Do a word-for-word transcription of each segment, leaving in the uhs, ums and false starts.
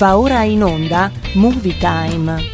Va ora in onda Movie Time.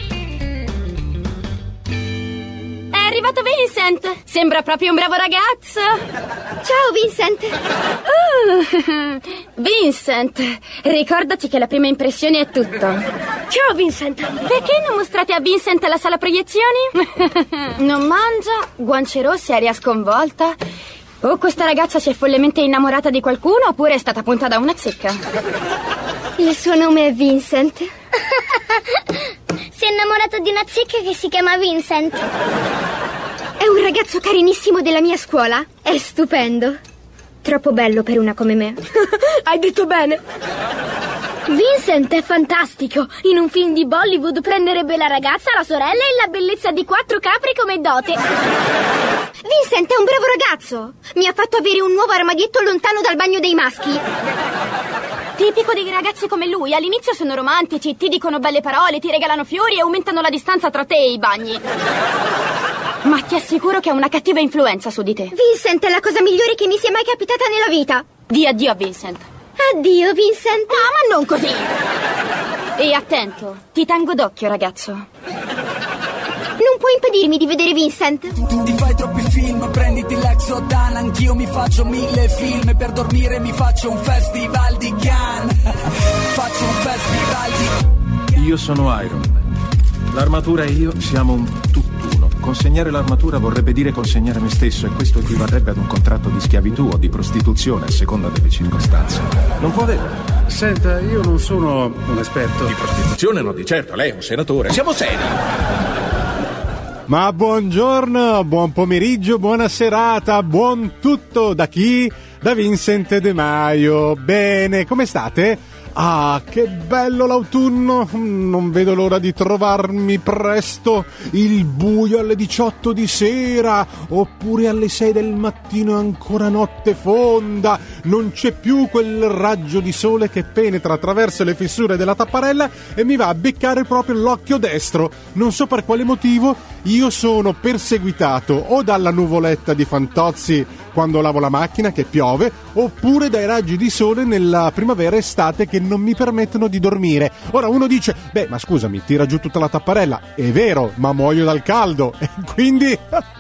È arrivato Vincent! Sembra proprio un bravo ragazzo! Ciao Vincent! Uh, Vincent, ricordati che la prima impressione è tutto. Ciao Vincent! Perché non mostrate a Vincent la sala proiezioni? Non mangia, guance rosse, aria sconvolta. O questa ragazza si è follemente innamorata di qualcuno oppure è stata punta da una zecca. Il suo nome è Vincent. Si è innamorato di una zecca che si chiama Vincent. È un ragazzo carinissimo della mia scuola. È stupendo. Troppo bello per una come me. Hai detto bene. Vincent è fantastico. In un film di Bollywood prenderebbe la ragazza, la sorella e la bellezza di quattro capri come dote. Vincent è un bravo ragazzo. Mi ha fatto avere un nuovo armadietto lontano dal bagno dei maschi. Tipico di ragazzi come lui. All'inizio sono romantici, ti dicono belle parole, ti regalano fiori e aumentano la distanza tra te e i bagni. Ma ti assicuro che ha una cattiva influenza su di te. Vincent è la cosa migliore che mi sia mai capitata nella vita. Di addio a Vincent. Addio, Vincent. Ah, ma non così. E attento, ti tengo d'occhio, ragazzo. Non puoi impedirmi di vedere Vincent. Tu ti fai troppi film, prenditi l'Exodan. Anch'io mi faccio mille film. Per dormire mi faccio un festival di Cannes. Faccio un festival di... Io sono Iron Man. L'armatura e io siamo un tutt'uno. Consegnare l'armatura vorrebbe dire consegnare me stesso, e questo equivarrebbe ad un contratto di schiavitù o di prostituzione a seconda delle circostanze. Non può avere. Senta, io non sono un esperto. Di prostituzione no, di certo, lei è un senatore. Siamo seri. Ma buongiorno, buon pomeriggio, buona serata, buon tutto da chi? Da Vincent De Maio. Bene, come state? Ah, che bello l'autunno! Non vedo l'ora di trovarmi presto il buio alle diciotto di sera, oppure alle sei del mattino ancora notte fonda. Non c'è più quel raggio di sole che penetra attraverso le fessure della tapparella e mi va a beccare proprio l'occhio destro. Non so per quale motivo io sono perseguitato o dalla nuvoletta di Fantozzi quando lavo la macchina che piove, oppure dai raggi di sole nella primavera e estate che non mi permettono di dormire. Ora uno dice, beh, ma scusami, tira giù tutta la tapparella. È vero, ma muoio dal caldo. E quindi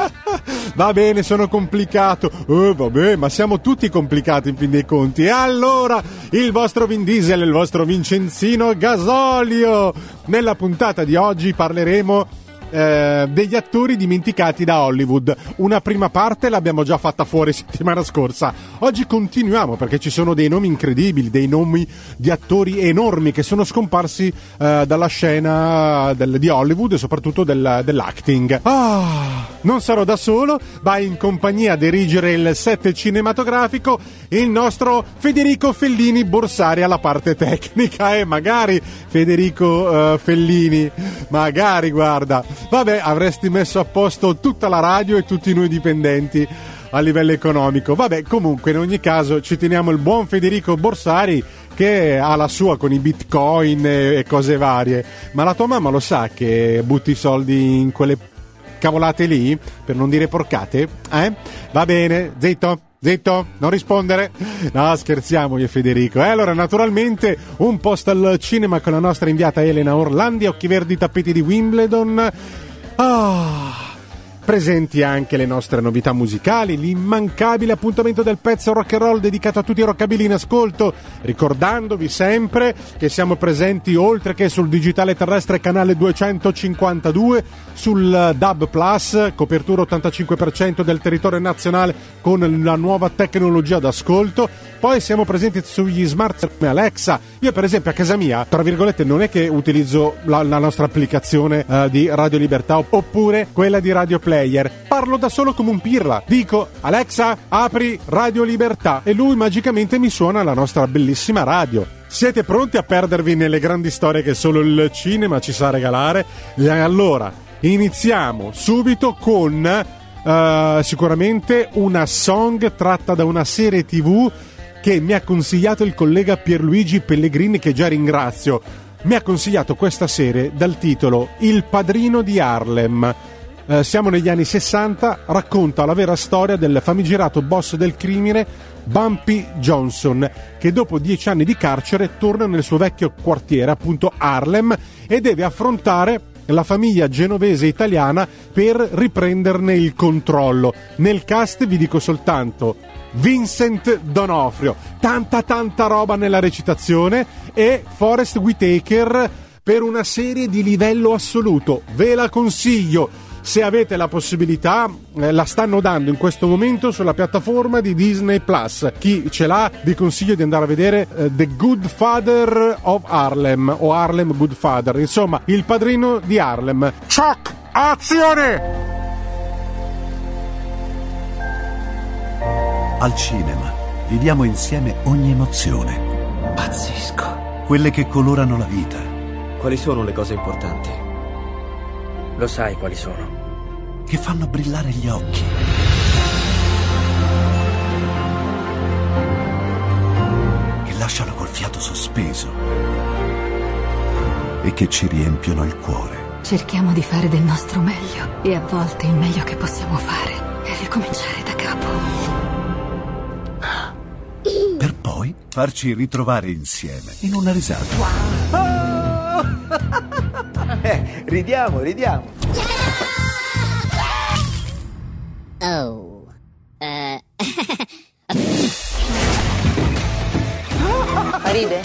va bene, sono complicato. Eh, vabbè, ma siamo tutti complicati in fin dei conti. E allora, il vostro Vin Diesel, il vostro Vincenzino Gasolio. Nella puntata di oggi parleremo Eh, degli attori dimenticati da Hollywood. Una prima parte l'abbiamo già fatta fuori settimana scorsa. Oggi continuiamo perché ci sono dei nomi incredibili, dei nomi di attori enormi che sono scomparsi eh, dalla scena del, di Hollywood e soprattutto del, dell'acting. Ah, non sarò da solo, va in compagnia a dirigere il set cinematografico il nostro Federico Fellini Borsari alla parte tecnica. E eh, magari Federico eh, Fellini, magari, guarda, vabbè, avresti messo a posto tutta la radio e tutti noi dipendenti a livello economico. Vabbè, comunque in ogni caso ci teniamo il buon Federico Borsari che ha la sua con i bitcoin e, e cose varie. Ma la tua mamma lo sa che butti i soldi in quelle cavolate lì, per non dire porcate? Eh? Va bene, zitto. Zitto, non rispondere. No, scherziamo io e Federico. E eh, allora, naturalmente, un post al cinema con la nostra inviata Elena Orlandi, occhi verdi, tappeti di Wimbledon. Ah, presenti anche le nostre novità musicali, l'immancabile appuntamento del pezzo rock and roll dedicato a tutti i rockabilly in ascolto, ricordandovi sempre che siamo presenti oltre che sul digitale terrestre canale duecentocinquantadue, sul D A B Plus, copertura ottantacinque per cento del territorio nazionale con la nuova tecnologia d'ascolto. Poi siamo presenti sugli smart come Alexa. Io per esempio a casa mia, tra virgolette, non è che utilizzo la, la nostra applicazione uh, di Radio Libertà oppure quella di Radio Player. Parlo da solo come un pirla. Dico, Alexa, apri Radio Libertà, e lui magicamente mi suona la nostra bellissima radio. Siete pronti a perdervi nelle grandi storie che solo il cinema ci sa regalare? E allora, iniziamo subito con uh, sicuramente una song tratta da una serie tivù che mi ha consigliato il collega Pierluigi Pellegrini, che già ringrazio. Mi ha consigliato questa serie dal titolo Il padrino di Harlem. eh, siamo negli anni sessanta, racconta la vera storia del famigerato boss del crimine Bumpy Johnson, che dopo dieci anni di carcere torna nel suo vecchio quartiere, appunto Harlem, e deve affrontare la famiglia genovese italiana per riprenderne il controllo. Nel cast vi dico soltanto Vincent D'Onofrio, tanta tanta roba nella recitazione, e Forest Whitaker per una serie di livello assoluto. Ve la consiglio. Se avete la possibilità, eh, la stanno dando in questo momento sulla piattaforma di Disney Plus. Chi ce l'ha, vi consiglio di andare a vedere eh, The Good Father of Harlem, o Harlem Good Father, insomma, il padrino di Harlem. Chuck, azione! Al cinema viviamo insieme ogni emozione. Pazzesco. Quelle che colorano la vita. Quali sono le cose importanti? Lo sai quali sono? Che fanno brillare gli occhi. Che lasciano col fiato sospeso. E che ci riempiono il cuore. Cerchiamo di fare del nostro meglio. E a volte il meglio che possiamo fare è ricominciare da capo. Per poi farci ritrovare insieme in una risata. Wow. eh, ridiamo, ridiamo. Oh. Uh. Ride?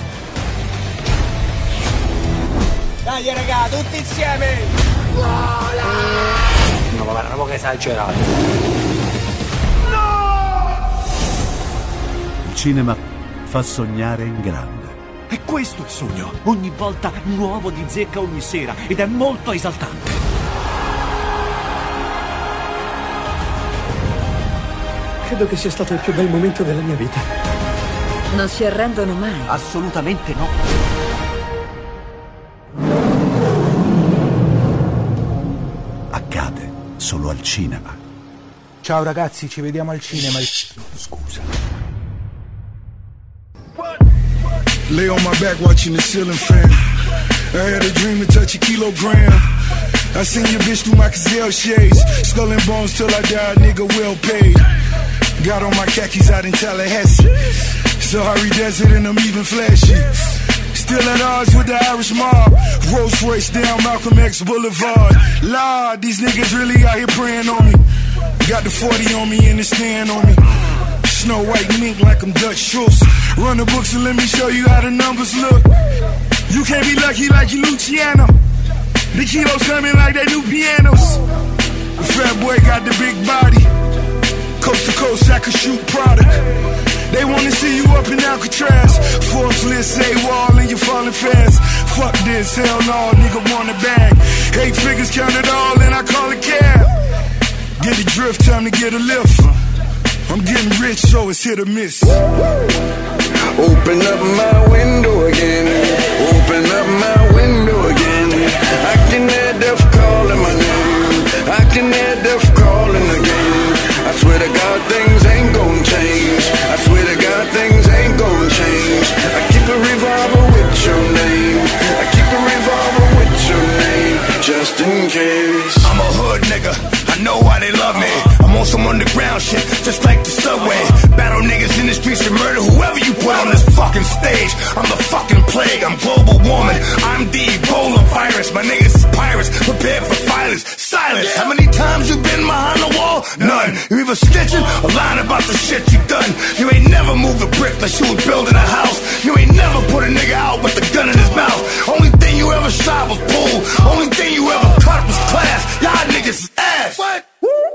Dai raga, tutti insieme! Vola! No, ma guarda, che esagerato. Il cinema fa sognare in grande. E questo è il sogno. Ogni volta nuovo di zecca ogni sera. Ed è molto esaltante. Credo che sia stato il più bel momento della mia vita. Non si arrendono mai. Assolutamente no. Accade solo al cinema. Ciao ragazzi, ci vediamo al cinema. Scusa. Lay on my back watching the ceiling fan. I had a dream to touch a kilogram. I seen your bitch through my gazelle shades. Skull and bones till I die, nigga well paid. Got on my khakis out in Tallahassee. Sahara Desert and I'm even flashy. Still at odds with the Irish mob. Rolls Royce down Malcolm X Boulevard. Lord, these niggas really out here praying on me. Got the forty on me and the stand on me. Snow White mink like I'm Dutch Schultz. Run the books and let me show you how the numbers look. You can't be lucky like you Luciano. The kilos coming like they new pianos. The fat boy got the big body. Coast to coast, I could shoot product. They wanna see you up in Alcatraz. Forbes list, say wall and you falling fast. Fuck this, hell no, nigga want a bag. Eight figures count it all and I call it cab. Get a drift, time to get a lift. I'm getting rich, so it's hit or miss. Open up my window again. Open up my window again. I can hear death calling my name. I can hear death calling again. I swear to God things ain't gon' change. I swear to God things ain't gon' change. I keep a revolver with your name. I keep a revolver with your name, just in case. I'm a hood nigga, I know why they love me. I'm on some underground shit, just like the subway. Battle niggas in the streets and murder whoever you put on this fucking stage. I'm the fucking plague, I'm global warming. I'm the Ebola virus, my niggas is pirates, prepared for violence. Silence, how many times you been behind the wall? None. You either snitching or lying about the shit you done. You ain't never moved a brick like you was building a house. You ain't never put a nigga out with a gun in his mouth. Only thing you ever shot was pool. Only thing you ever cut was class. Y'all niggas is ass. What?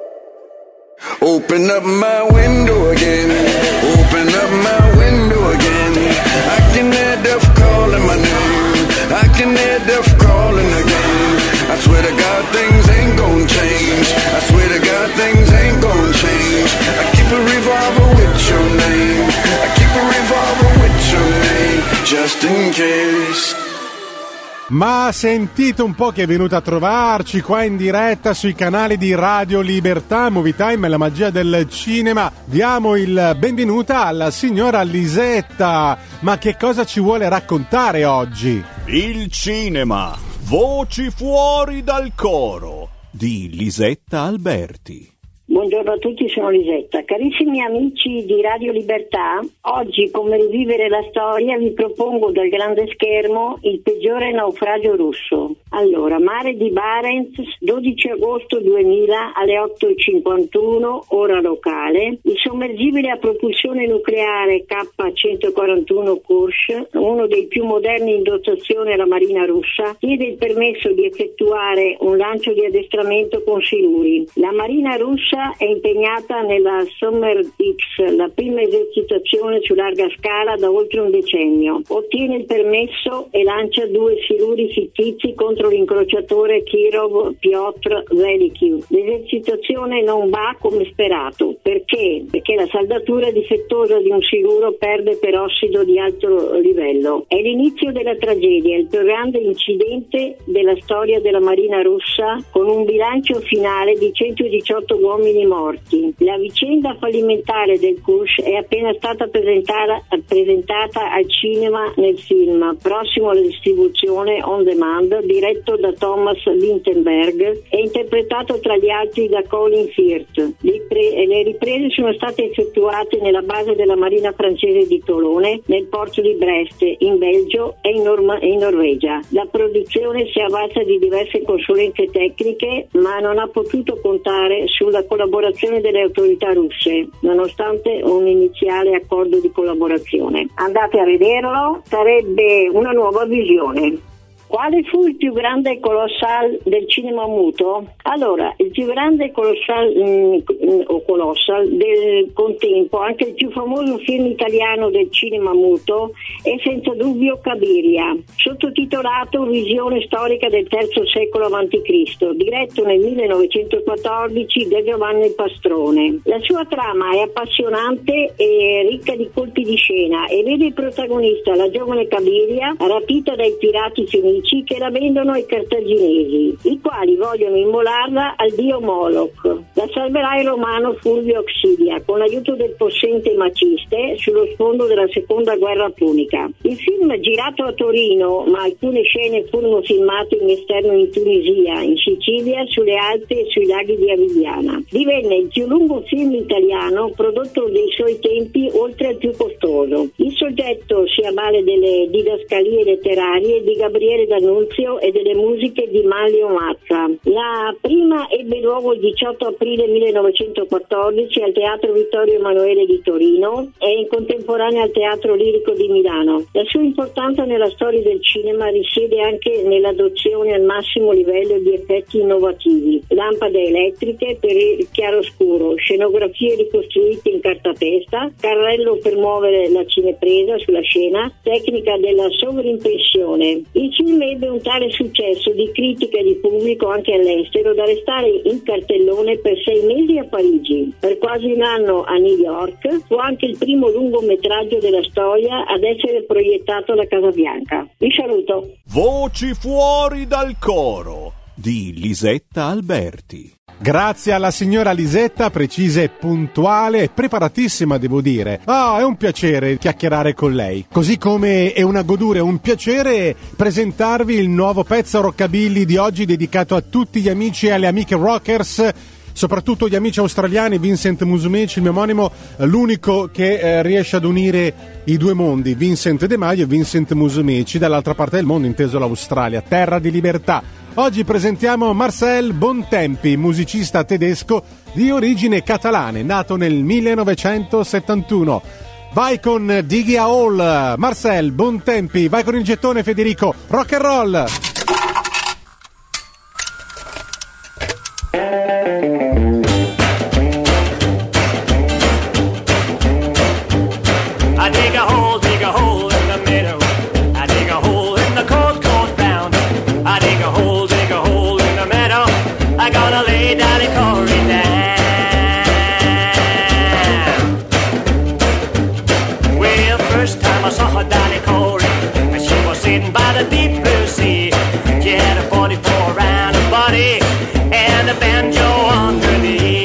Open up my window again. Open up my window again. I can hear death calling my name. I can hear death calling again. I swear to God things ain't gon' change. I swear to God things ain't gon' change. I keep a revolver with your name. I keep a revolver with your name, just in case. Ma sentite un po' che è venuta a trovarci qua in diretta sui canali di Radio Libertà, Movie Time e la magia del cinema. Diamo il benvenuta alla signora Lisetta. Ma che cosa ci vuole raccontare oggi? Il cinema, voci fuori dal coro. di Lisetta Alberti. Buongiorno a tutti, sono Lisetta. Carissimi amici di Radio Libertà, oggi come rivivere la storia vi propongo dal grande schermo il peggiore naufragio russo. Allora, mare di Barents, dodici agosto duemila alle otto e cinquantuno, ora locale. Il sommergibile a propulsione nucleare K centoquarantuno Kursk, uno dei più moderni in dotazione alla Marina russa, chiede il permesso di effettuare un lancio di addestramento con siluri. La Marina russa è impegnata nella Summer X, la prima esercitazione su larga scala da oltre un decennio. Ottiene il permesso e lancia due siluri fittizi contro l'incrociatore Kirov Piotr Velikiv. L'esercitazione non va come sperato. Perché? Perché la saldatura difettosa di un siluro perde perossido di alto livello. È l'inizio della tragedia, il più grande incidente della storia della Marina russa, con un bilancio finale di centodiciotto uomini morti. La vicenda fallimentare del Kursk è appena stata presentata, presentata al cinema nel film, prossimo alla distribuzione on demand, diretto da Thomas Vinterberg e interpretato tra gli altri da Colin Firth. Le, pre- le riprese sono state effettuate nella base della Marina francese di Tolone, nel porto di Brest, in Belgio e in, Norma- in Norvegia. La produzione si è avvalsa di diverse consulenze tecniche, ma non ha potuto contare sulla collaborazione delle autorità russe, nonostante un iniziale accordo di collaborazione. Andate a vederlo, sarebbe una nuova visione. Quale fu il più grande colossal del cinema muto? Allora, il più grande colossal mh, o colossal del contempo, anche il più famoso film italiano del cinema muto, è senza dubbio Cabiria, sottotitolato Visione storica del terzo secolo avanti Cristo, diretto nel millenovecentoquattordici da Giovanni Pastrone. La sua trama è appassionante e ricca di colpi di scena e vede il protagonista, la giovane Cabiria, rapita dai pirati fenici che la vendono ai cartaginesi, i quali vogliono immolarla al dio Moloch. La salverà il romano Fulvio Oxidia con l'aiuto del possente Maciste sullo sfondo della seconda guerra punica. Il film, girato a Torino, ma alcune scene furono filmate in esterno in Tunisia, in Sicilia, sulle Alpi e sui laghi di Avigliana. Divenne il più lungo film italiano prodotto dei suoi tempi, oltre al più costoso. Il soggetto si avvale delle didascalie letterarie di Gabriele D'Annunzio e delle musiche di Manlio Mazza. La prima ebbe luogo il diciotto aprile millenovecentoquattordici al Teatro Vittorio Emanuele di Torino e in contemporanea al Teatro Lirico di Milano. La sua importanza nella storia del cinema risiede anche nell'adozione al massimo livello di effetti innovativi, lampade elettriche per il chiaroscuro, scenografie ricostruite in cartapesta, carrello per muovere la cinepresa sulla scena, tecnica della sovrimpressione. Il film ebbe un tale successo di critica e di pubblico anche all'estero da restare in cartellone per sei mesi a Parigi. Per quasi un anno a New York fu anche il primo lungometraggio della storia ad essere proiettato alla Casa Bianca. Vi saluto. Voci fuori dal coro di Lisetta Alberti. Grazie alla signora Lisetta, precisa e puntuale e preparatissima, devo dire. Ah, è un piacere chiacchierare con lei. Così come è una goduria, un piacere presentarvi il nuovo pezzo rockabilly di oggi dedicato a tutti gli amici e alle amiche rockers, soprattutto gli amici australiani. Vincent Musumeci, il mio omonimo, l'unico che eh, riesce ad unire i due mondi, Vincent De Maio e Vincent Musumeci, dall'altra parte del mondo, inteso l'Australia, terra di libertà. Oggi presentiamo Marcel Bontempi, musicista tedesco di origini catalane, nato nel millenovecentosettantuno. Vai con Diggy a Hall, Marcel Bontempi, vai con il gettone Federico, rock and roll! I dig a hole, dig a hole in the meadow. I dig a hole in the cold, cold ground. I dig a hole, dig a hole in the meadow. I gonna lay Dolly Corey down. Well, first time I saw her, Dolly Corey, and she was sitting by the deep blue sea. She had a forty-four round her body and a banjo on her knee.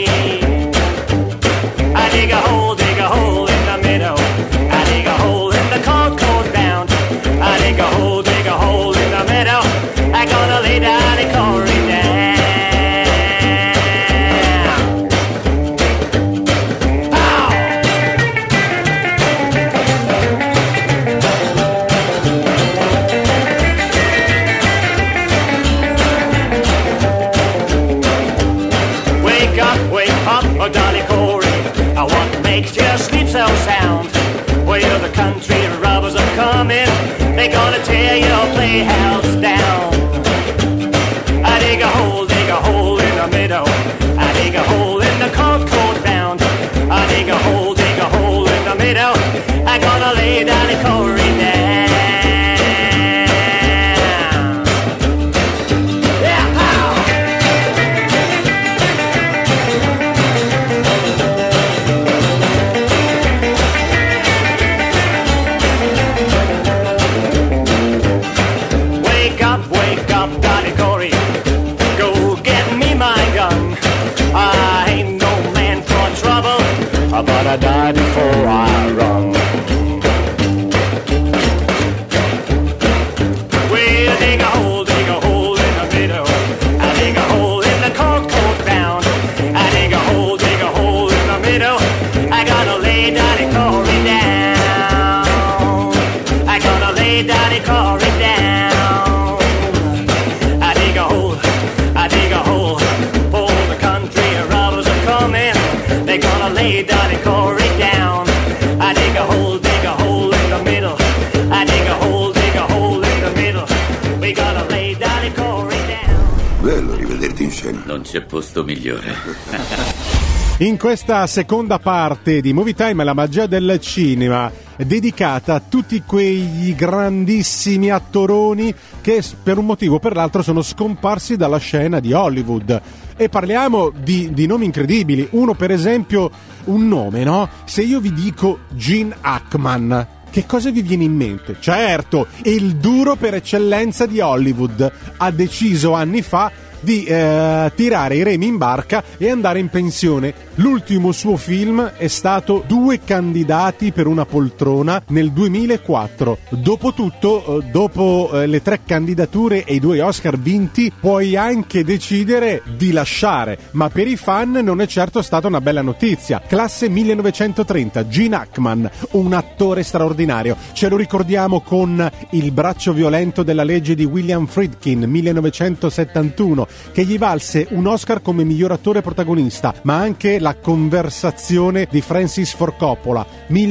I dig a hole, dig a hole in the meadow. I dig a hole in the cold, cold ground. I dig a hole, dig a hole in the meadow. I gonna lay Dolly Corey down. coming. They're gonna tear your playhouse down. I dig a hole, dig a hole in the middle. I dig a hole in the cold, cold ground. I dig a hole, dig a hole in the middle. I'm gonna lay down and Corey down. But I die before I run. Well, dig a hole, dig a hole in the middle. I dig a hole in the cold, cold ground. I dig a hole, dig a hole in the middle. I gotta lay Daddy Corey down. I gotta lay Daddy Corey down. I dig a hole, I dig a hole. For the country robbers are coming. They're gonna lay Daddy Corey down. I dig a hole, dig a hole in the middle. I dig a hole, dig a hole in the middle. We gotta lay Daddy Corey down. Bello rivederti in scena. Non c'è posto migliore. In questa seconda parte di Movie Time, la magia del cinema, dedicata a tutti quei grandissimi attoroni che per un motivo o per l'altro sono scomparsi dalla scena di Hollywood. E parliamo di, di nomi incredibili. Uno, per esempio, un nome, no? Se io vi dico Gene Hackman, che cosa vi viene in mente? Certo, il duro per eccellenza di Hollywood ha deciso anni fa di eh, tirare i remi in barca e andare in pensione. L'ultimo suo film è stato Due candidati per una poltrona nel duemilaquattro. Dopotutto, eh, dopo eh, le tre candidature e i due Oscar vinti, puoi anche decidere di lasciare, ma per i fan non è certo stata una bella notizia. Classe millenovecentotrenta, Gene Hackman, un attore straordinario. Ce lo ricordiamo con Il braccio violento della legge di William Friedkin, millenovecentosettantuno, che gli valse un Oscar come miglior attore protagonista, ma anche La conversazione di Francis Ford Coppola,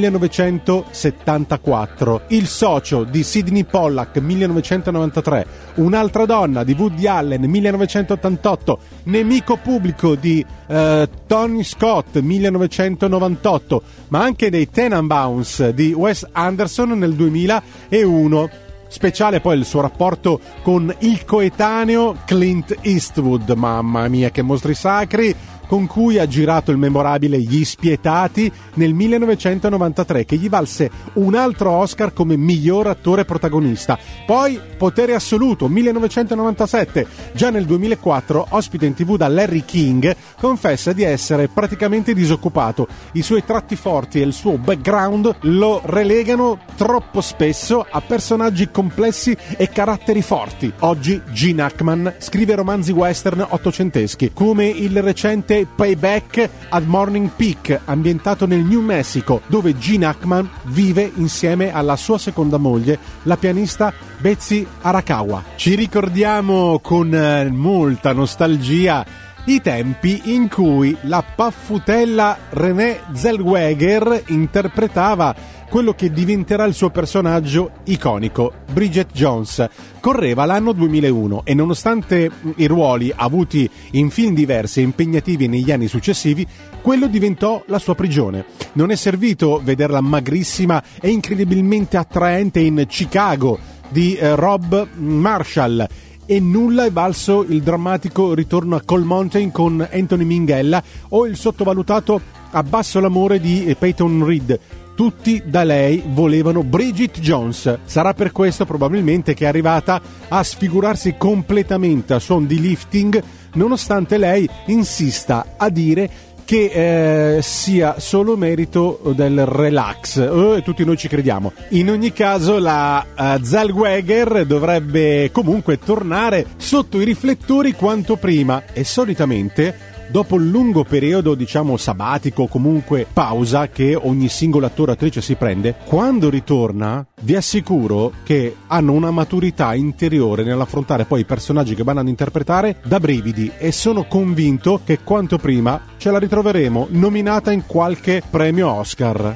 millenovecentosettantaquattro, Il socio di Sidney Pollack, millenovecentonovantatré, Un'altra donna di Woody Allen, millenovecentottantotto, Nemico pubblico di eh, Tony Scott, millenovecentonovantotto, ma anche dei Tenenbaums di Wes Anderson nel duemilauno. Speciale poi il suo rapporto con il coetaneo Clint Eastwood, mamma mia che mostri sacri, con cui ha girato il memorabile Gli Spietati nel millenovecentonovantatré, che gli valse un altro Oscar come miglior attore protagonista. Poi Potere assoluto, millenovecentonovantasette. Già nel duemilaquattro, ospite in tv da Larry King, confessa di essere praticamente disoccupato. I suoi tratti forti e il suo background lo relegano troppo spesso a personaggi complessi e caratteri forti. Oggi Gene Hackman scrive romanzi western ottocenteschi, come il recente Payback at Morning Peak, ambientato nel New Mexico, dove Gene Hackman vive insieme alla sua seconda moglie, la pianista Betsy Arakawa. Ci ricordiamo con eh, molta nostalgia i tempi in cui la paffutella Renée Zellweger interpretava quello che diventerà il suo personaggio iconico, Bridget Jones. Correva l'anno duemilauno e nonostante i ruoli avuti in film diversi e impegnativi negli anni successivi, quello diventò la sua prigione. Non è servito vederla magrissima e incredibilmente attraente in Chicago di eh, Rob Marshall, e nulla è valso il drammatico ritorno a Coal Mountain con Anthony Minghella o il sottovalutato Abbasso l'amore di Peyton Reed. Tutti da lei volevano Bridget Jones. Sarà per questo probabilmente che è arrivata a sfigurarsi completamente a suon di lifting, nonostante lei insista a dire che eh, sia solo merito del relax, eh, e tutti noi ci crediamo. In ogni caso la uh, Zellweger dovrebbe comunque tornare sotto i riflettori quanto prima, e solitamente dopo il lungo periodo, diciamo, sabbatico o comunque pausa che ogni singolo attore o attrice si prende, quando ritorna vi assicuro che hanno una maturità interiore nell'affrontare poi i personaggi che vanno ad interpretare da brividi, e sono convinto che quanto prima ce la ritroveremo nominata in qualche premio Oscar.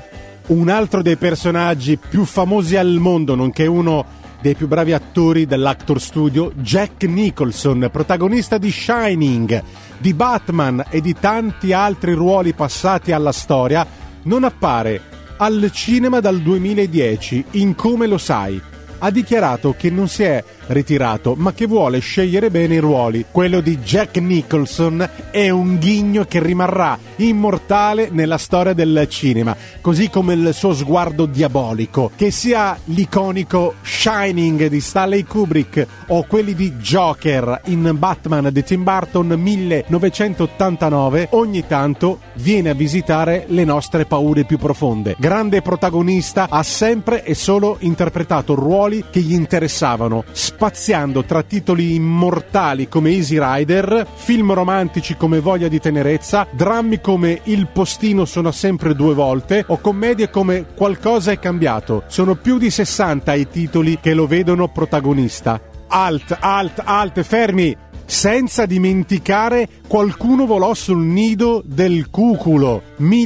un altro dei personaggi più famosi al mondo, nonché uno dei più bravi attori dell'Actor Studio, Jack Nicholson, protagonista di Shining, di Batman e di tanti altri ruoli passati alla storia, non appare al cinema dal duemiladieci in Come lo sai. Ha dichiarato che non si è ritirato, ma che vuole scegliere bene i ruoli. Quello di Jack Nicholson è un ghigno che rimarrà immortale nella storia del cinema, così come il suo sguardo diabolico. Che sia l'iconico Shining di Stanley Kubrick o quelli di Joker in Batman di Tim Burton millenovecentottantanove, ogni tanto viene a visitare le nostre paure più profonde. Grande protagonista, ha sempre e solo interpretato ruoli che gli interessavano, spaziando tra titoli immortali come Easy Rider, film romantici come Voglia di tenerezza, drammi come Il postino suona sempre due volte o commedie come Qualcosa è cambiato. Sono più di sessanta i titoli che lo vedono protagonista. Alt, alt, alt, fermi! Senza dimenticare Qualcuno volò sul nido del cuculo,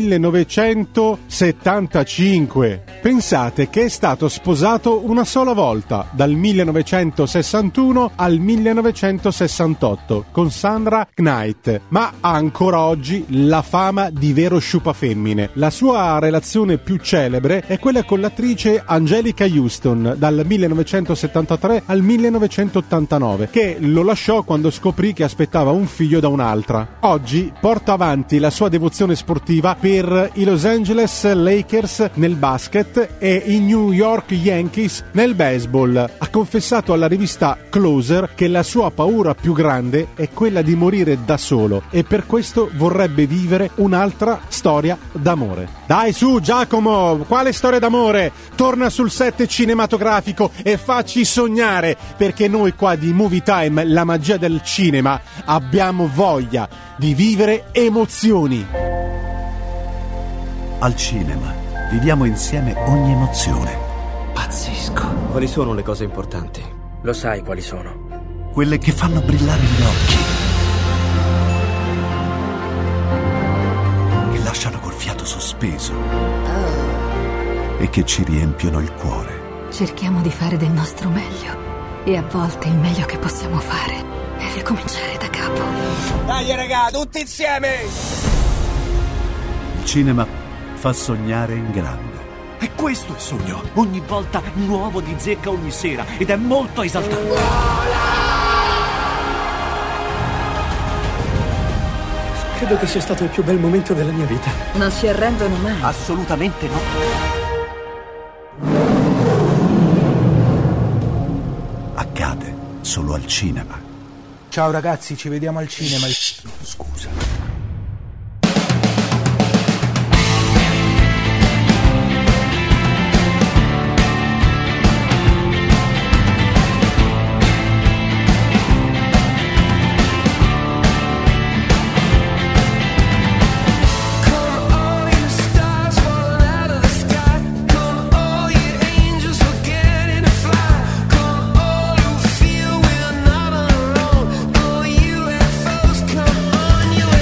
millenovecentosettantacinque. Pensate che è stato sposato una sola volta, dal millenovecentosessantuno al millenovecentosessantotto, con Sandra Knight, ma ha ancora oggi la fama di vero sciupafemmine. La sua relazione più celebre è quella con l'attrice Angelica Houston, dal millenovecentosettantatré al millenovecentottantanove, che lo lasciò quando scoprì che aspettava un figlio da un'altra. Oggi porta avanti la sua devozione sportiva per i Los Angeles Lakers nel basket e i New York Yankees nel baseball. Ha confessato alla rivista Closer che la sua paura più grande è quella di morire da solo e per questo vorrebbe vivere un'altra storia d'amore. Dai su Giacomo, quale storia d'amore? Torna sul set cinematografico e facci sognare, perché noi qua di Movie Time, la magia del cinema, abbiamo voglia di vivere emozioni. Al cinema viviamo insieme ogni emozione. Pazzesco. Quali sono le cose importanti? Lo sai quali sono? Quelle che fanno brillare gli occhi, che lasciano col fiato sospeso e che ci riempiono il cuore. Cerchiamo di fare del nostro meglio e a volte il meglio che possiamo fare è ricominciare da capo. Dai raga, tutti insieme! Il cinema fa sognare in grande. E questo è il sogno. Ogni volta nuovo di zecca ogni sera ed è molto esaltante. Credo che sia stato il più bel momento della mia vita. Non si arrendono mai. Assolutamente no. Accade solo al cinema. Ciao ragazzi, ci vediamo al cinema. Scusa. You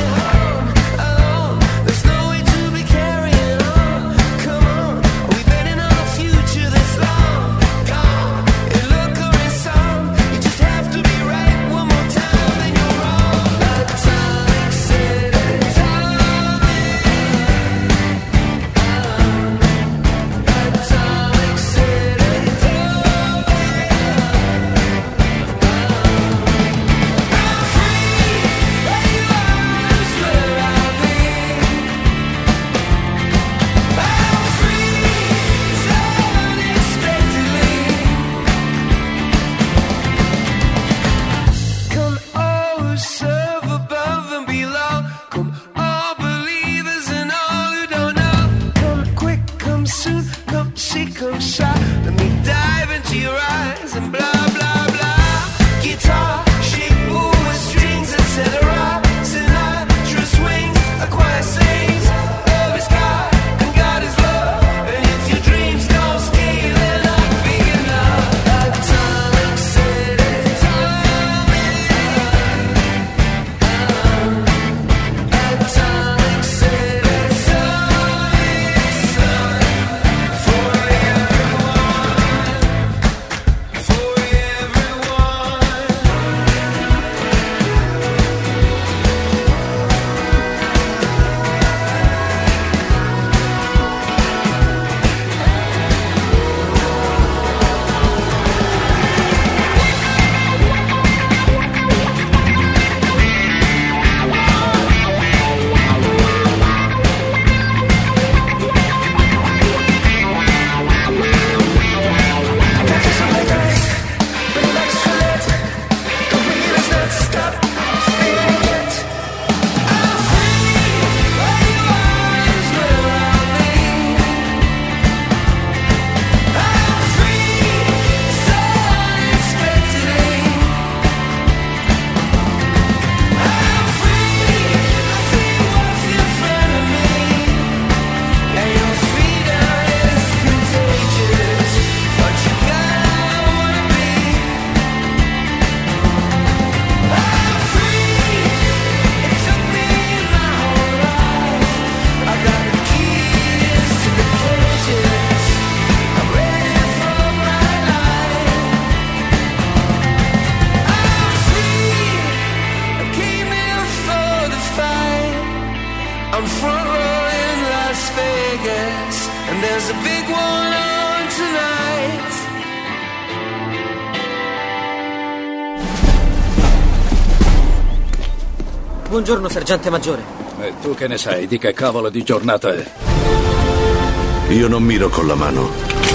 Buongiorno, sergente maggiore. E tu che ne sai di che cavolo di giornata è? Io non miro con la mano.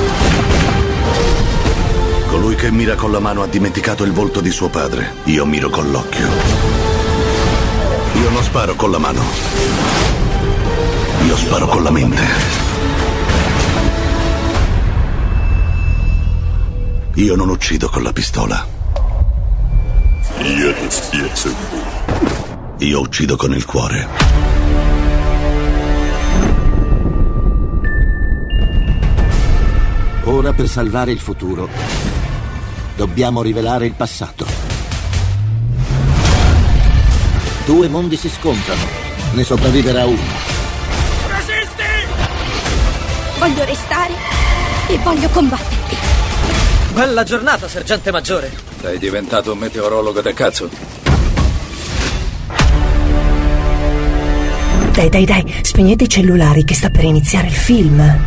Colui che mira con la mano ha dimenticato il volto di suo padre. Io miro con l'occhio. Io non sparo con la mano. Io sparo con la mente. Io non uccido con la pistola. Io uccido con il cuore. Ora, per salvare il futuro, dobbiamo rivelare il passato. Due mondi si scontrano, ne sopravviverà uno. Resisti! Voglio restare e voglio combatterti. Bella giornata, sergente maggiore. Sei diventato un meteorologo del cazzo. Dai, dai, dai, spegnete i cellulari che sta per iniziare il film.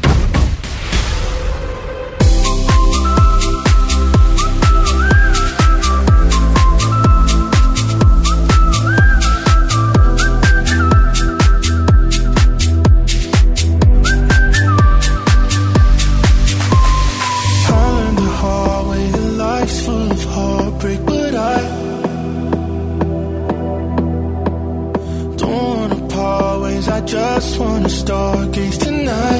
Just wanna stargaze tonight.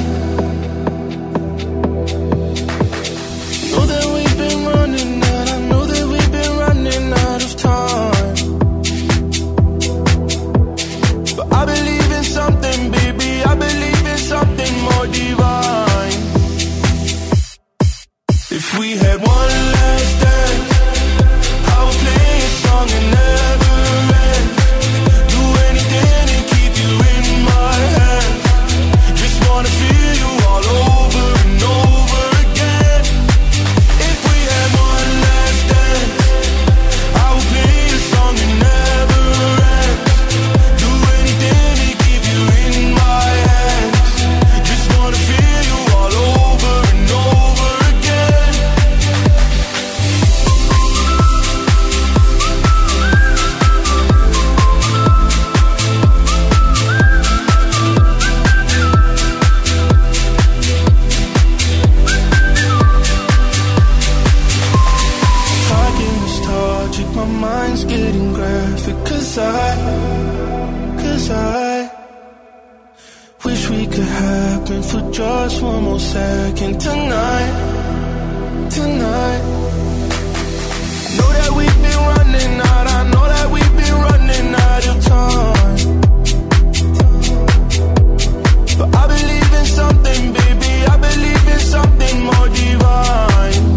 Know that we've been running out, I know that we've been running out of time. But I believe in something, baby, I believe in something more divine. If we had one last dance, I would play a song and never end. Do anything to keep you in my hands. Just wanna feel you all over and over again. If we had one last dance, I would play a song and never end. Do anything to keep you in my hands. Just wanna feel you all over and over again. I get nostalgic, my mind's getting graphic. Cause I, cause I wish we could happen for just one more second tonight, tonight. Know that we've been running out, I know that we've been running out of time. But I believe in something, baby, I believe in something more divine.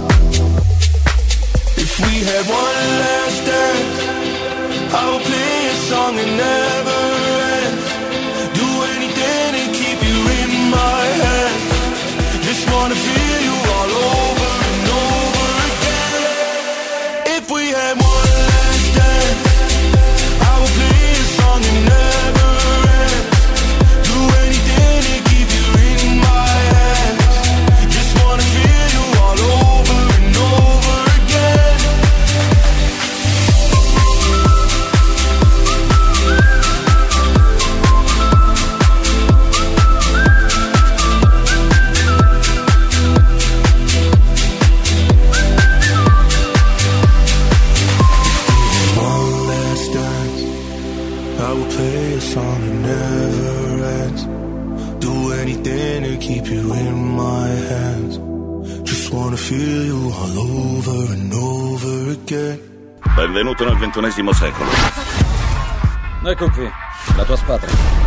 If we had one last dance, I would play a song and never end. Do anything to keep you in my hands. Just wanna feel you all over and over again. If we had one last dance, I would play a song and never end. Do anything to keep you in my hands. Just wanna feel you all over and over again. One last dance, I will play a song that never ends. Do anything to keep you in my hands. Just wanna feel you all over and over again. Benvenuto nel ventunesimo secolo. Ecco qui, la tua squadra.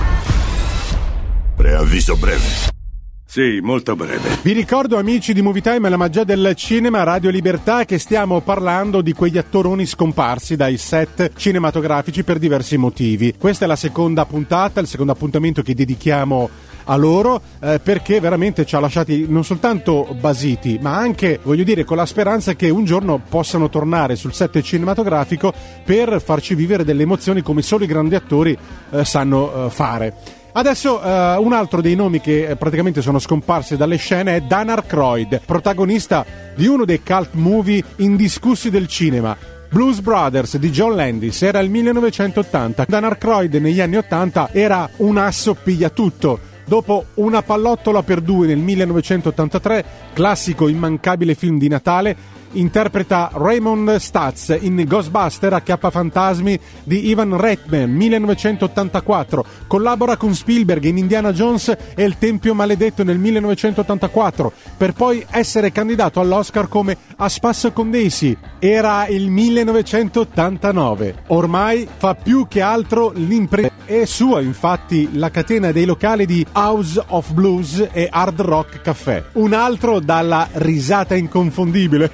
Preavviso breve. Sì, molto breve. Vi ricordo, amici di Movie Time, la magia del cinema, Radio Libertà, che stiamo parlando di quegli attoroni scomparsi dai set cinematografici per diversi motivi. Questa è la seconda puntata, il secondo appuntamento che dedichiamo a loro, eh, perché veramente ci ha lasciati non soltanto basiti, ma anche, voglio dire, con la speranza che un giorno possano tornare sul set cinematografico per farci vivere delle emozioni come solo i grandi attori eh, sanno eh, fare. Adesso uh, un altro dei nomi che eh, praticamente sono scomparsi dalle scene è Dan Aykroyd, protagonista di uno dei cult movie indiscussi del cinema, Blues Brothers di John Landis era il millenovecentottanta. Dan Aykroyd negli anni ottanta era un asso piglia tutto. Dopo Una pallottola per due nel millenovecentottantatré, classico immancabile film di Natale, interpreta Raymond Stutz in Ghostbuster Acchiappafantasmi di Ivan Reitman millenovecentottantaquattro, collabora con Spielberg in Indiana Jones e Il Tempio Maledetto nel millenovecentottantaquattro, per poi essere candidato all'Oscar come A spasso con Daisy. Era il millenovecentottantanove. Ormai fa più che altro l'impresa. È sua infatti la catena dei locali di House of Blues e Hard Rock Café. Un altro dalla risata inconfondibile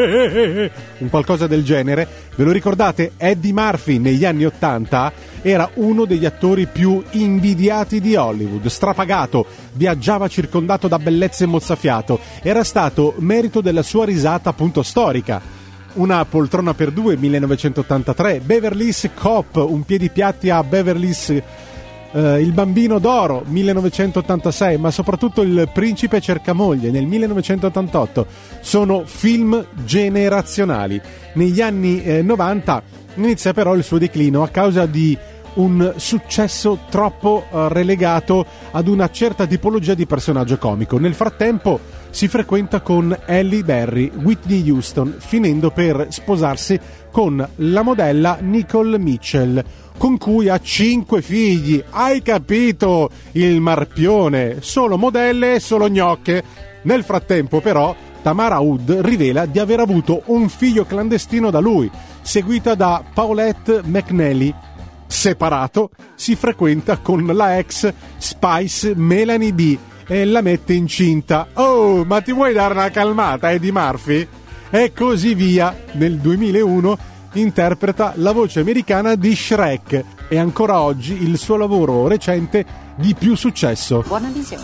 un qualcosa del genere, ve lo ricordate? Eddie Murphy negli anni ottanta era uno degli attori più invidiati di Hollywood, strapagato, viaggiava circondato da bellezze mozzafiato, era stato merito della sua risata appunto storica. Una poltrona per due millenovecentottantatré, Beverly Hills Cop, un piedipiatti a Beverly Hills, Uh, Il bambino d'oro millenovecentottantasei, ma soprattutto Il principe cercamoglie nel millenovecentottantotto sono film generazionali. Negli anni eh, novanta inizia però il suo declino a causa di un successo troppo uh, relegato ad una certa tipologia di personaggio comico. Nel frattempo si frequenta con Halle Berry, Whitney Houston, finendo per sposarsi con la modella Nicole Mitchell, con cui ha cinque figli. Hai capito il marpione? Solo modelle e solo gnocche. Nel frattempo però Tamara Wood rivela di aver avuto un figlio clandestino da lui, seguita da Paulette McNally. Separato, si frequenta con la ex Spice Melanie B e la mette incinta. Oh, ma ti vuoi dare una calmata, Eddie Murphy? E così via. Nel duemilauno interpreta la voce americana di Shrek e ancora oggi il suo lavoro recente di più successo. Buona visione.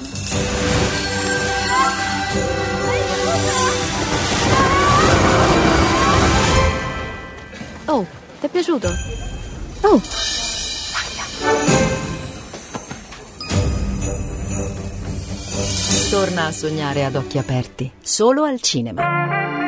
Oh, ti è piaciuto? Oh. Torna a sognare ad occhi aperti, solo al cinema.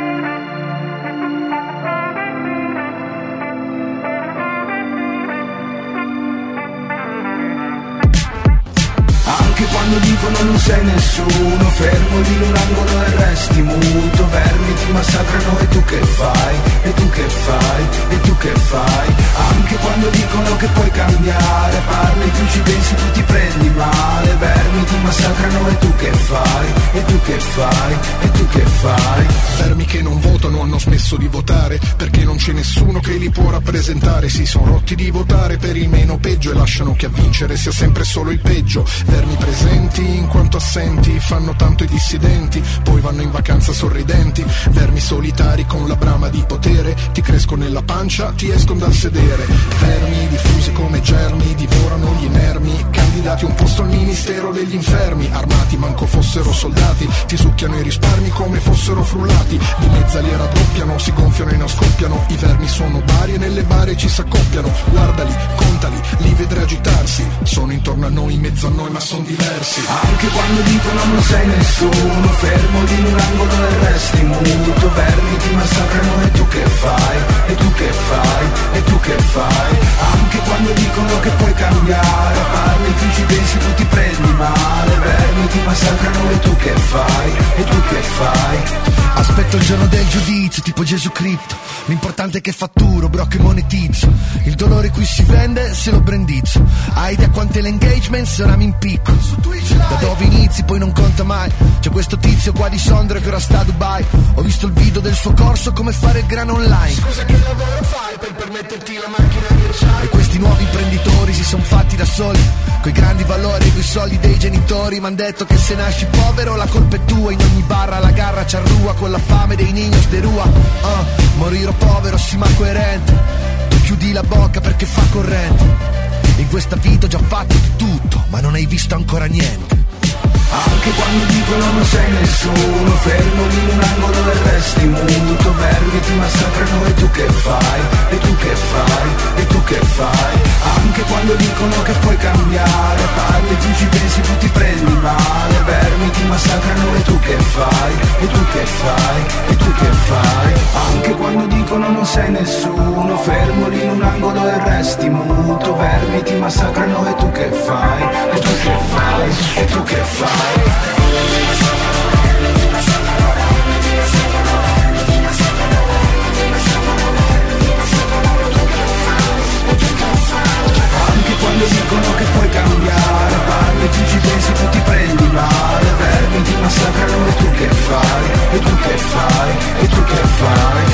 Anche quando dicono non sei nessuno, fermo lì in un angolo e resti muto. Vermi ti massacrano e tu che fai? E tu che fai? E tu che fai? Anche quando dicono che puoi cambiare, parli, tu ci pensi, tu ti prendi male. Vermi ti massacrano e tu che fai? E tu che fai? E tu che fai? Vermi che non votano hanno smesso di votare, perché non c'è nessuno che li può rappresentare. Si sono rotti di votare per il meno peggio e lasciano che a vincere sia sempre solo il peggio. Vermi presenti in quanto assenti, fanno tanto i dissidenti, poi vanno in vacanza sorridenti. Vermi solitari con la brama di potere, ti crescono nella pancia, ti escono dal sedere. Vermi diffusi come germi, divorano gli inermi, candidati un posto al ministero degli infermi. Armati manco fossero soldati, ti succhiano i risparmi come fossero frullati. Di mezza li raddoppiano, si gonfiano e non scoppiano. I vermi sono vari e nelle bare ci s'accoppiano. Guardali, contali, li vedrai agitarsi, sono intorno a noi, in mezzo a noi ma sono diversi. Anche quando dicono non sei nessuno, fermo lì in un angolo e resti muto. Vermi ti massacrano e tu che fai? E tu che fai? E tu che fai? Anche quando dicono che puoi cambiare, parli, tu ci pensi, tu ti prendi male. Vermi ti massacrano e tu che fai? E tu che fai? Aspetto il giorno del giudizio, tipo Gesù Cristo. L'importante è che fatturo, bro, che monetizzo. Il dolore qui si vende se lo brandizzo. Hai idea quante l'engagement se ora mi impicco. Da dove inizi poi non conta mai. C'è questo tizio qua di Sondrio che ora sta a Dubai. Ho visto il video del suo corso, come fare il grano online. Scusa, che lavoro fai per permetterti la macchina di acciaio? E questi nuovi imprenditori si son fatti da soli, coi grandi valori e coi soldi dei genitori. M'han detto che se nasci povero la colpa è tua. In ogni barra la garra c'arrua, con la fame dei niños de rua. uh, Morirò povero sì ma coerente. Tu chiudi la bocca perché fa corrente. In questa vita ho già fatto di tutto, ma non hai visto ancora niente. Anche quando dicono non sei nessuno, fermo lì in un angolo e resti muto. Vermi ti massacrano e tu che fai? E tu che fai? E tu che fai? Anche quando dicono che puoi cambiare, parli, tu ci pensi, tu ti prendi male. Vermi ti massacrano e tu che fai? E tu che fai? E tu che fai? Anche quando dicono non sei nessuno, massacrano e tu che fai? E tu che fai? E tu che fai? Quando dicono che puoi cambiare, parli, tu ci pensi, tu ti prendi male, vermi ti massacrano e tu che fai? E tu che fai? E tu che fai?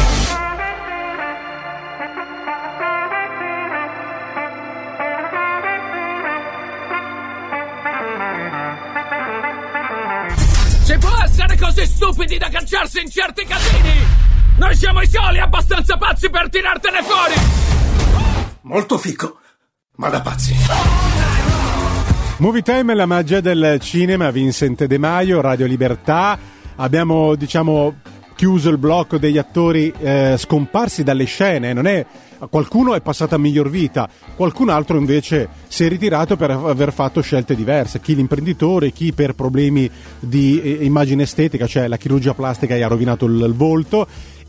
Si può essere così stupidi da cacciarsi in certi casini? Noi siamo i soli abbastanza pazzi per tirartene fuori! Molto fico, ma da pazzi. Movie Time è la magia del cinema. Vincent De Maio, Radio Libertà. Abbiamo, diciamo, chiuso il blocco degli attori eh, scomparsi dalle scene. Non è, qualcuno è passato a miglior vita, qualcun altro invece si è ritirato per aver fatto scelte diverse. Chi l'imprenditore, chi per problemi di eh, immagine estetica, cioè la chirurgia plastica gli ha rovinato il, il volto,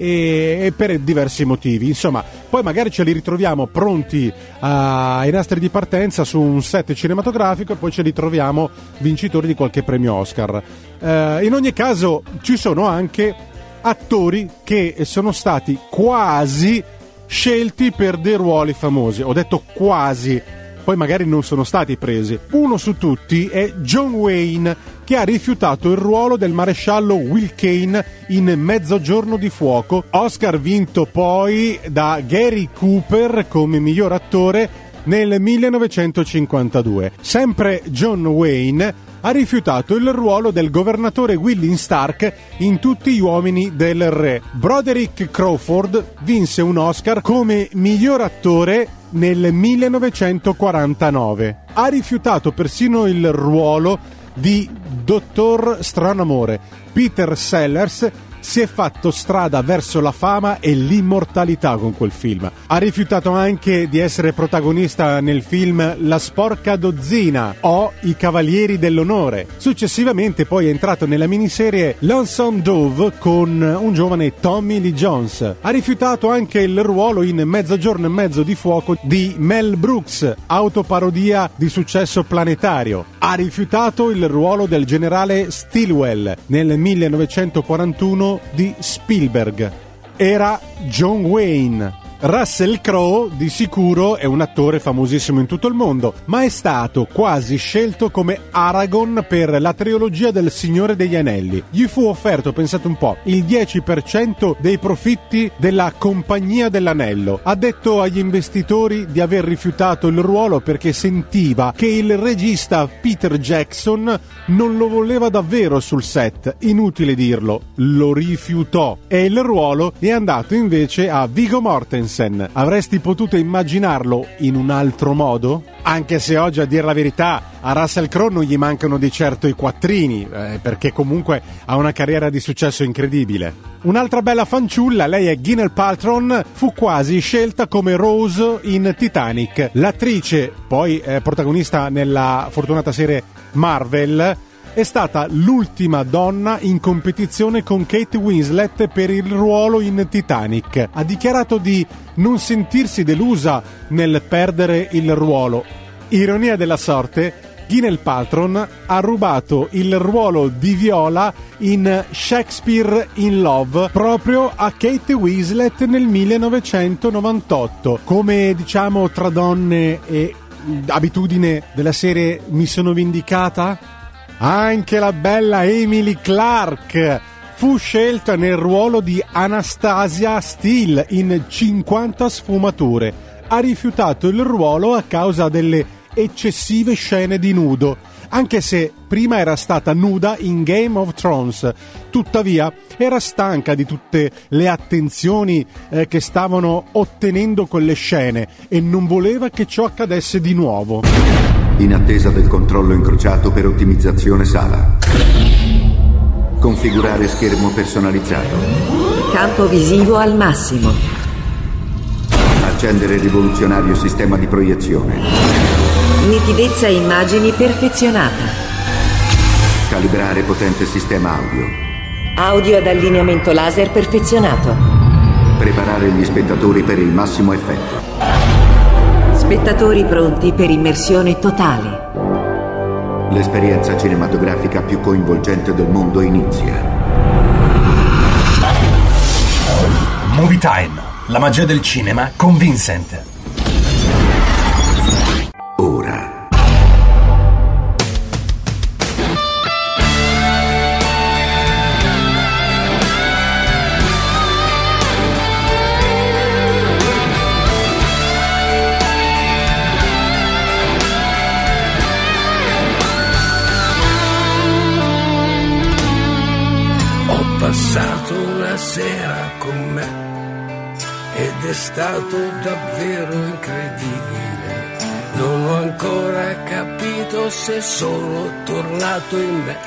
e, e per diversi motivi. Insomma, poi magari ce li ritroviamo pronti a, ai nastri di partenza su un set cinematografico e poi ce li troviamo vincitori di qualche premio Oscar. Eh, in ogni caso ci sono anche attori che sono stati quasi scelti per dei ruoli famosi. Ho detto quasi, poi magari non sono stati presi. Uno su tutti è John Wayne, che ha rifiutato il ruolo del maresciallo Will Kane in Mezzogiorno di fuoco, Oscar vinto poi da Gary Cooper come miglior attore nel millenovecentocinquantadue. Sempre John Wayne ha rifiutato il ruolo del governatore William Stark in Tutti gli uomini del re. Broderick Crawford vinse un Oscar come miglior attore nel millenovecentoquarantanove. Ha rifiutato persino il ruolo di Dottor Stranamore. Peter Sellers si è fatto strada verso la fama e l'immortalità con quel film. Ha rifiutato anche di essere protagonista nel film La sporca dozzina o I cavalieri dell'onore. Successivamente poi è entrato nella miniserie Lonesome Dove con un giovane Tommy Lee Jones. Ha rifiutato anche il ruolo in Mezzogiorno e mezzo di fuoco di Mel Brooks, autoparodia di successo planetario. Ha rifiutato il ruolo del generale Stilwell nel millenovecentoquarantuno di Spielberg. Era John Wayne. Russell Crowe di sicuro è un attore famosissimo in tutto il mondo, ma è stato quasi scelto come Aragorn per la trilogia del Signore degli Anelli. Gli fu offerto, pensate un po', il dieci per cento dei profitti della Compagnia dell'Anello. Ha detto agli investitori di aver rifiutato il ruolo perché sentiva che il regista Peter Jackson non lo voleva davvero sul set. Inutile dirlo, lo rifiutò e il ruolo è andato invece a Viggo Mortensen. Avresti potuto immaginarlo in un altro modo? Anche se oggi, a dire la verità, a Russell Crowe non gli mancano di certo i quattrini, eh, perché comunque ha una carriera di successo incredibile. Un'altra bella fanciulla, lei è Gwyneth Paltrow, fu quasi scelta come Rose in Titanic. L'attrice, poi eh, protagonista nella fortunata serie Marvel, è stata l'ultima donna in competizione con Kate Winslet per il ruolo in Titanic. Ha dichiarato di non sentirsi delusa nel perdere il ruolo. Ironia della sorte, Gwyneth Paltrow ha rubato il ruolo di Viola in Shakespeare in Love proprio a Kate Winslet nel millenovecentonovantotto. Come, diciamo, tra donne e abitudine della serie Mi sono vendicata? Anche la bella Emily Clarke fu scelta nel ruolo di Anastasia Steele in cinquanta sfumature. Ha rifiutato il ruolo a causa delle eccessive scene di nudo, anche se prima era stata nuda in Game of Thrones. Tuttavia era stanca di tutte le attenzioni eh, che stavano ottenendo quelle scene e non voleva che ciò accadesse di nuovo. In attesa del controllo incrociato per ottimizzazione sala. Configurare schermo personalizzato. Campo visivo al massimo. Accendere rivoluzionario sistema di proiezione. Nitidezza immagini perfezionata. Calibrare potente sistema audio. Audio ad allineamento laser perfezionato. Preparare gli spettatori per il massimo effetto. Spettatori pronti per immersione totale. L'esperienza cinematografica più coinvolgente del mondo inizia. Movie Time, la magia del cinema con Vincent. Ora. Passato una sera con me ed è stato davvero incredibile. Non ho ancora capito se sono tornato in me.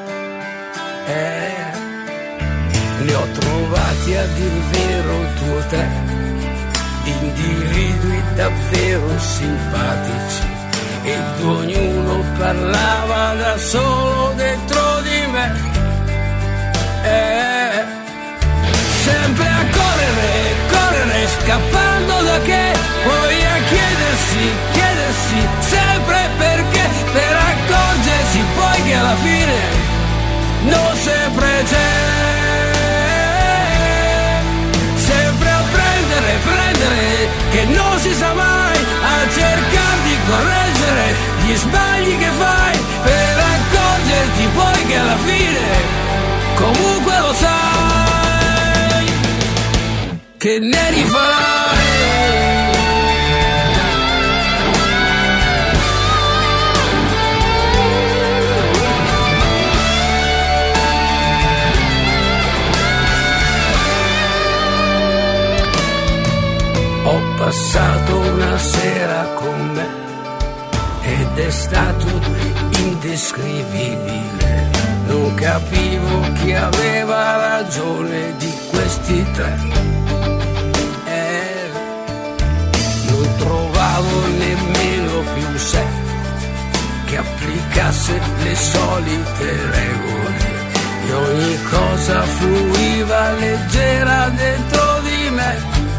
Eh, li ho trovati a dir vero tu e te, individui davvero simpatici, ed ognuno parlava da solo dentro di me. Eh, sempre a correre, correre, scappando da che, poi a chiedersi, chiedersi sempre perché, per accorgersi poi che alla fine non sempre c'è. Sempre a prendere, prendere, che non si sa mai, a cercare di correggere gli sbagli che fai, per accorgerti poi che alla fine comunque lo sai che ne rifarai. Ho passato una sera con me ed è stato indescrivibile. Non capivo chi aveva ragione di questi tre. Eh, non trovavo nemmeno più un sé che applicasse le solite regole, e ogni cosa fluiva leggera dentro di me.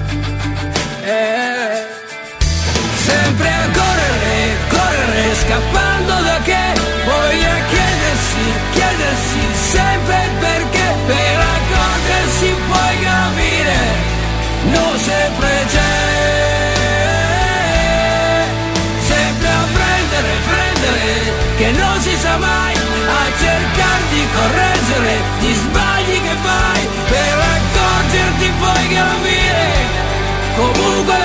Eh, sempre a correre, correre, scappando da che, poi a chiedersi, chiedersi sempre perché, per accorgersi poi capire non sempre c'è. Sempre a prendere, prendere, che non si sa mai, a cercare di correggere gli sbagli che fai, per accorgerti poi capire comunque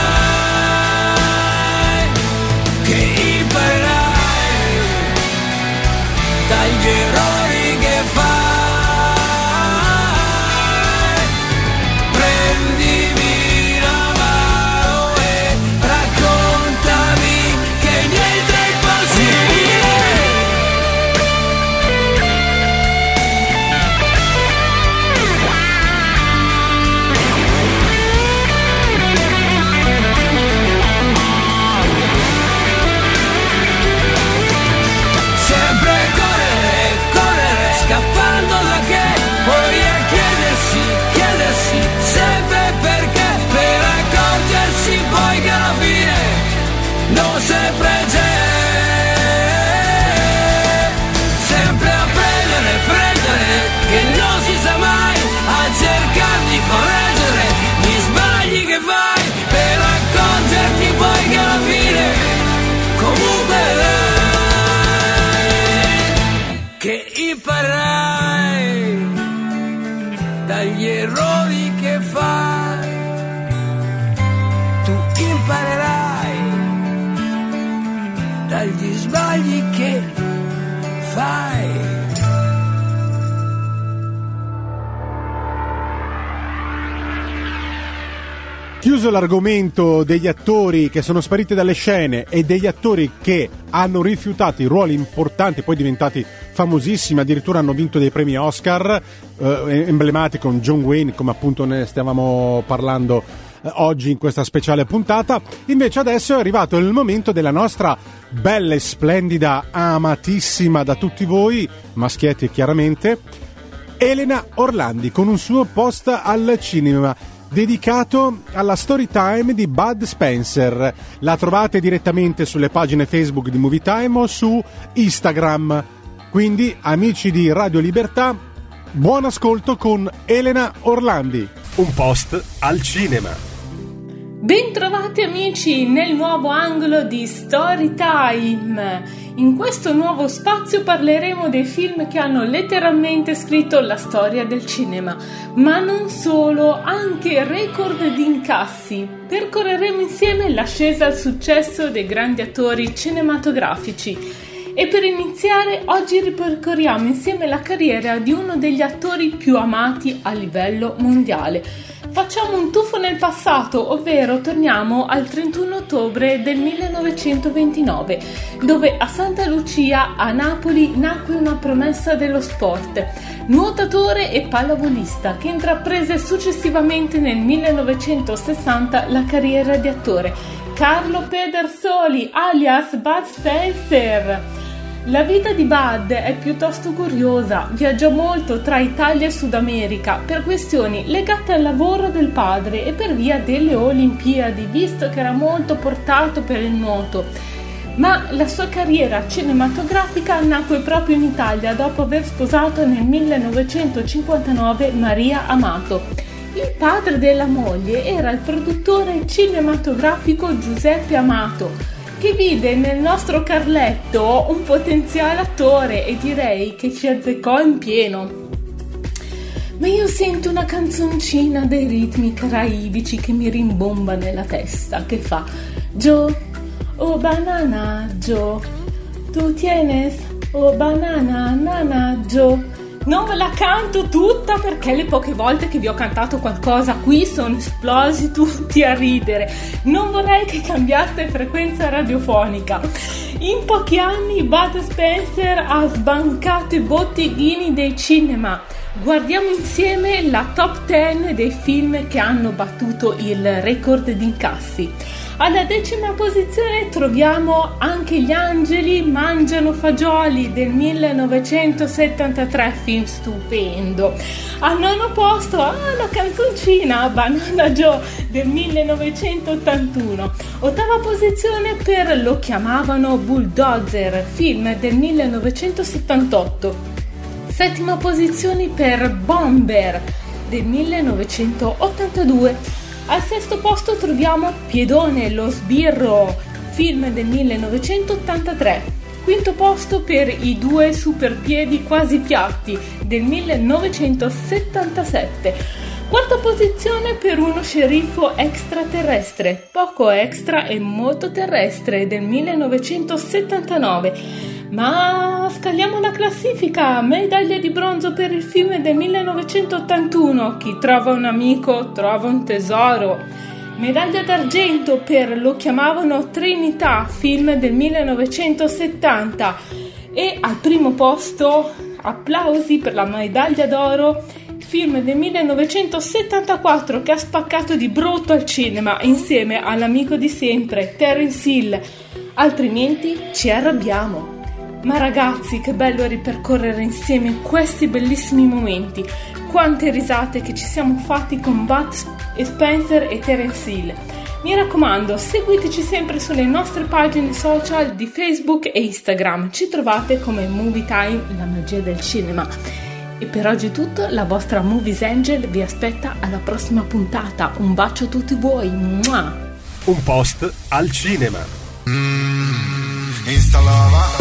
vedrai che imparerai dagli errori che fai. Prendimi la mano e raccontami che niente è impossibile. Non sempre c'è, sempre a prendere, prendere, che non si sa mai, a cercare di correggere gli sbagli che fai, per accorgerti poi che alla fine comunque dai, che imparerai dagli errori che fai, tu imparerai dagli sbagli che fai. Chiuso l'argomento degli attori che sono spariti dalle scene e degli attori che hanno rifiutato i ruoli importanti, poi diventati famosissimi, addirittura hanno vinto dei premi Oscar, eh, emblematici con John Wayne, come appunto ne stavamo parlando eh, oggi in questa speciale puntata. Invece adesso è arrivato il momento della nostra bella e splendida, amatissima da tutti voi, maschietti chiaramente, Elena Orlandi, con un suo post al cinema. dedicato alla story time di Bud Spencer. La trovate direttamente sulle pagine Facebook di Movie Time o su Instagram. Quindi, amici di Radio Libertà, buon ascolto con Elena Orlandi. Un post al cinema. Bentrovati amici nel nuovo angolo di Storytime. In questo nuovo spazio parleremo dei film che hanno letteralmente scritto la storia del cinema, ma non solo, anche record di incassi. Percorreremo insieme l'ascesa al successo dei grandi attori cinematografici. E per iniziare, oggi ripercorriamo insieme la carriera di uno degli attori più amati a livello mondiale. Facciamo un tuffo nel passato, ovvero torniamo al trentuno ottobre del millenovecentoventinove, dove a Santa Lucia, a Napoli, nacque una promessa dello sport, nuotatore e pallavolista, che intraprese successivamente nel millenovecentosessanta la carriera di attore, Carlo Pedersoli, alias Bud Spencer. La vita di Bud è piuttosto curiosa, viaggiò molto tra Italia e Sud America per questioni legate al lavoro del padre e per via delle Olimpiadi, visto che era molto portato per il nuoto. Ma la sua carriera cinematografica nacque proprio in Italia dopo aver sposato nel millenovecentocinquantanove Maria Amato. Il padre della moglie era il produttore cinematografico Giuseppe Amato, che vide nel nostro Carletto un potenziale attore e direi che ci azzeccò in pieno. Ma io sento una canzoncina dei ritmi caraibici che mi rimbomba nella testa, che fa: Joe, oh banana Joe, tu tienes, oh banana nana Joe. Non ve la canto tutta perché le poche volte che vi ho cantato qualcosa qui sono esplosi tutti a ridere. Non vorrei che cambiaste frequenza radiofonica. In pochi anni Bud Spencer ha sbancato i botteghini dei cinema. Guardiamo insieme la top dieci dei film che hanno battuto il record di incassi. Alla decima posizione troviamo Anche gli angeli mangiano fagioli del millenovecentosettantatré, film stupendo. Al nono posto, ah, la canzoncina Banana Joe del millenovecentottantuno. Ottava posizione per Lo chiamavano Bulldozer, film del millenovecentosettantotto. Settima posizione per Bomber del millenovecentottantadue. Al sesto posto troviamo Piedone, lo sbirro, film del millenovecentottantatré. Quinto posto per I due superpiedi quasi piatti del millenovecentosettantasette. Quarta posizione per Uno sceriffo extraterrestre, poco extra e molto terrestre del millenovecentosettantanove. Ma scaliamo la classifica. Medaglia di bronzo per il film del millenovecentottantuno, Chi trova un amico trova un tesoro. Medaglia d'argento per Lo chiamavano Trinità, film del millenovecentosettanta. E al primo posto, applausi per la medaglia d'oro, film del millenovecentosettantaquattro che ha spaccato di brutto al cinema insieme all'amico di sempre, Terence Hill. Altrimenti ci arrabbiamo. Ma ragazzi, che bello ripercorrere insieme questi bellissimi momenti. Quante risate che ci siamo fatti con Bud Spencer e Terence Hill. Mi raccomando, seguiteci sempre sulle nostre pagine social di Facebook e Instagram. Ci trovate come Movie Time, la magia del cinema. E per oggi è tutto, la vostra Movies Angel vi aspetta alla prossima puntata. Un bacio a tutti voi. Mua! Un post al cinema. Mm, installava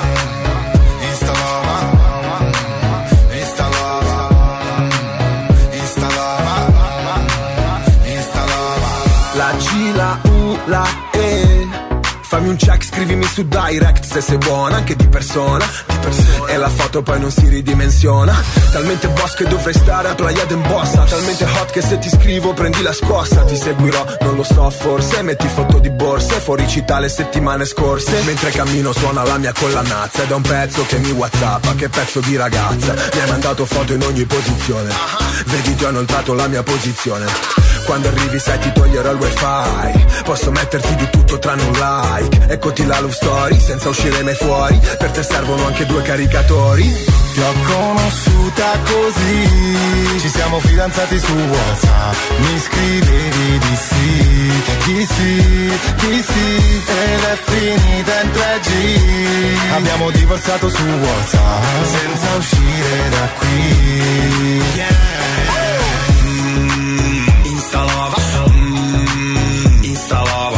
la U, la E. Fammi un check, scrivimi su direct se sei buona, anche di persona, di persona. E la foto poi non si ridimensiona. Talmente boss che dovrei stare a Playa d'Embossa. Talmente hot che se ti scrivo prendi la scossa. Ti seguirò, non lo so forse. Metti foto di borse, fuori città le settimane scorse. Mentre cammino suona la mia collanazza. Ed è un pezzo che mi whatsappa, che pezzo di ragazza. Mi hai mandato foto in ogni posizione. Vedi ti ho inoltrato la mia posizione. Quando arrivi sai ti toglierò il wifi. Posso metterti di tutto tranne un like. Eccoti la love story, senza uscire mai fuori. Per te servono anche due caricatori. Ti ho conosciuta così, ci siamo fidanzati su WhatsApp. Mi scrivevi di sì, di sì, di sì. Ed è finita in tre G. Abbiamo divorziato su WhatsApp, senza uscire da qui. Yeah. Mm, instalava, mm, instalava,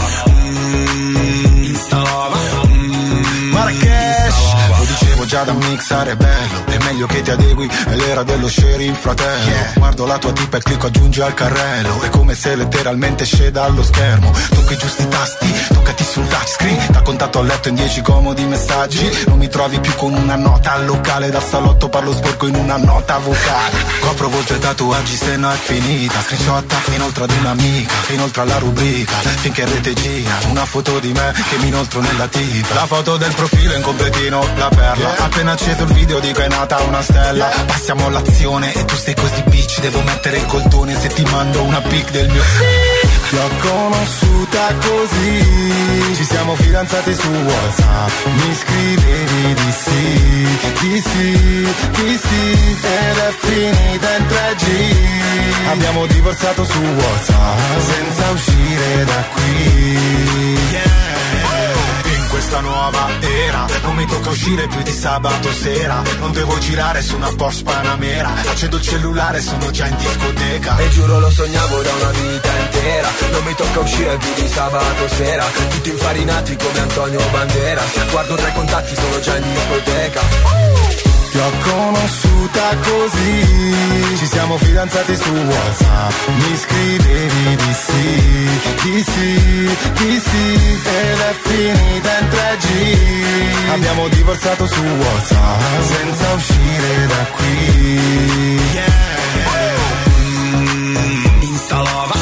mm, instalava, mm, Marrakesh. Lo dicevo già da mixare è bello. È meglio che ti adegui, è l'era dello sharing, fratello. Yeah. Guardo la tua tipa e clicco aggiungi al carrello. È come se letteralmente sceda allo schermo. Tocca i giusti tasti, toccati sul touchscreen. Da contatto a letto in dieci comodi messaggi. Non mi trovi più con una nota al locale. Da salotto parlo sporco in una nota vocale. Copro volte tatuaggi se no è finita. Screenshotta inoltre ad un'amica, che inoltre alla rubrica. Finché rete gira una foto di me che mi inoltro nella tipa. La foto del profilo in completino, la perla. Yeah. Appena acceso il video dico è nata una stella. Yeah. Passiamo all'azione e tu sei così bitch. Devo mettere il coltone se ti mando una pic del mio. Ti ho conosciuta così, ci siamo fidanzati su WhatsApp. Mi scrivevi di sì, di sì, di sì. Ed è finita in tre G. Abbiamo divorziato su WhatsApp, senza uscire da qui. Yeah. In questa nuova era non mi tocca uscire più di sabato sera. Non devo girare su una Porsche Panamera. Accendo il cellulare, sono già in discoteca. E giuro lo sognavo da una vita intera. Non mi tocca uscire più di sabato sera. Tutti infarinati come Antonio Banderas. Guardo tra i contatti, sono già in discoteca. Ti ho conosciuta così, ci siamo fidanzati su WhatsApp. Mi scrivevi di sì, di sì, di sì. Ed è finita in tre G. Abbiamo divorziato su WhatsApp, senza uscire da qui. Yeah. Mm, instalava,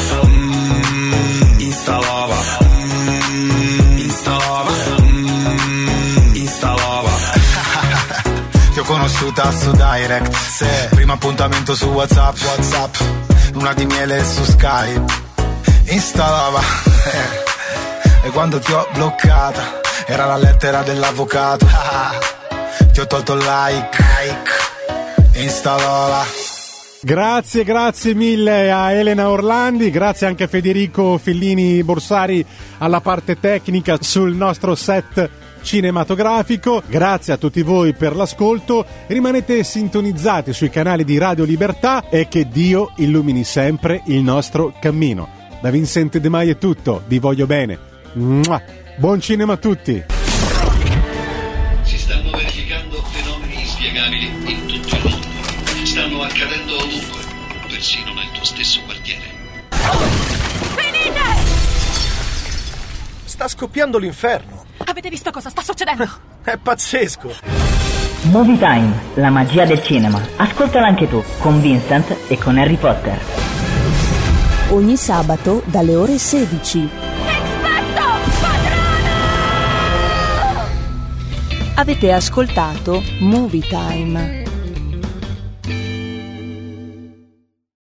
mm, instalava, mm, instalava, mm, instalava. Ti ho conosciuta su Direct, sì. Primo appuntamento su WhatsApp, WhatsApp. Luna di miele su Skype. Installava. E quando ti ho bloccata era la lettera dell'avvocato. Ti ho tolto il like, like. Installava. Grazie, grazie mille a Elena Orlandi, grazie anche a Federico Fellini Borsari alla parte tecnica sul nostro set cinematografico. Grazie a tutti voi per l'ascolto, rimanete sintonizzati sui canali di Radio Libertà e che Dio illumini sempre il nostro cammino. Da Vincente De Maio è tutto, vi voglio bene. Mua. Buon cinema a tutti. Si stanno verificando fenomeni inspiegabili in tutto il mondo. Stanno accadendo ovunque, persino nel tuo stesso quartiere. Venite! Sta scoppiando l'inferno. Avete visto cosa sta succedendo? È pazzesco. Movie Time, la magia del cinema. Ascoltala anche tu, con Vincent e con Harry Potter. Ogni sabato dalle ore sedici. Expecto Patronum! Avete ascoltato Movie Time.